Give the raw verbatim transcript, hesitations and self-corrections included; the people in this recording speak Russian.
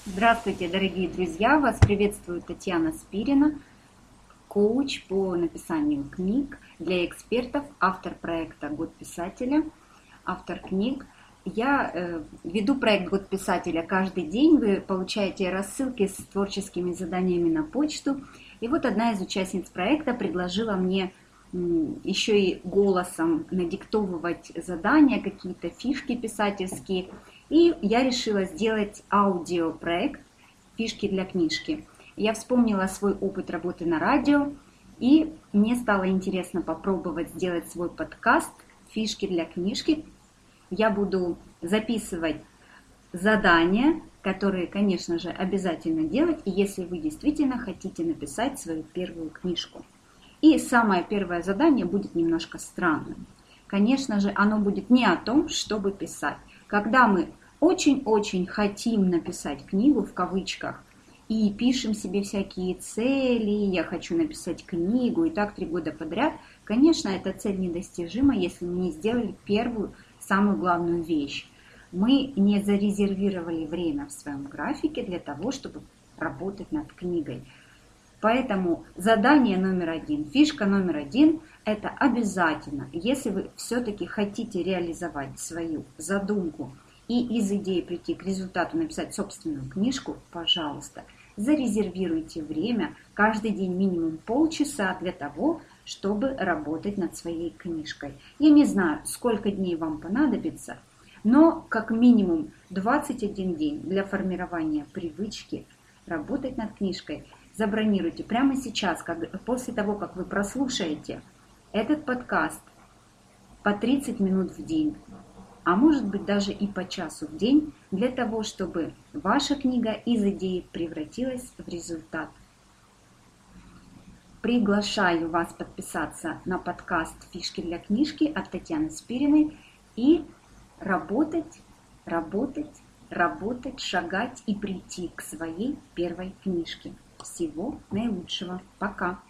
Здравствуйте, дорогие друзья! Вас приветствует Татьяна Спирина, коуч по написанию книг для экспертов, автор проекта «Год писателя», автор книг. Я э, веду проект «Год писателя» каждый день. Вы получаете рассылки с творческими заданиями на почту. И вот одна из участниц проекта предложила мне м, еще и голосом надиктовывать задания, какие-то фишки писательские. И я решила сделать аудиопроект «Фишки для книжки». Я вспомнила свой опыт работы на радио, и мне стало интересно попробовать сделать свой подкаст «Фишки для книжки». Я буду записывать задания, которые, конечно же, обязательно делать, если вы действительно хотите написать свою первую книжку. И самое первое задание будет немножко странным. Конечно же, оно будет не о том, чтобы писать. Когда мы очень-очень хотим написать книгу, в кавычках, и пишем себе всякие цели, я хочу написать книгу, и так три года подряд, конечно, эта цель недостижима, если мы не сделали первую, самую главную вещь. Мы не зарезервировали время в своем графике для того, чтобы работать над книгой. Поэтому задание номер один, фишка номер один – это обязательно, если вы все-таки хотите реализовать свою задумку и из идеи прийти к результату, написать собственную книжку, пожалуйста, зарезервируйте время, каждый день минимум полчаса для того, чтобы работать над своей книжкой. Я не знаю, сколько дней вам понадобится, но как минимум двадцать один день для формирования привычки работать над книжкой. Забронируйте прямо сейчас, как, после того, как вы прослушаете этот подкаст по тридцать минут в день, а может быть даже и по часу в день, для того, чтобы ваша книга из идеи превратилась в результат. Приглашаю вас подписаться на подкаст «Фишки для книжки» от Татьяны Спириной и работать, работать, работать, шагать и прийти к своей первой книжке. Всего наилучшего. Пока!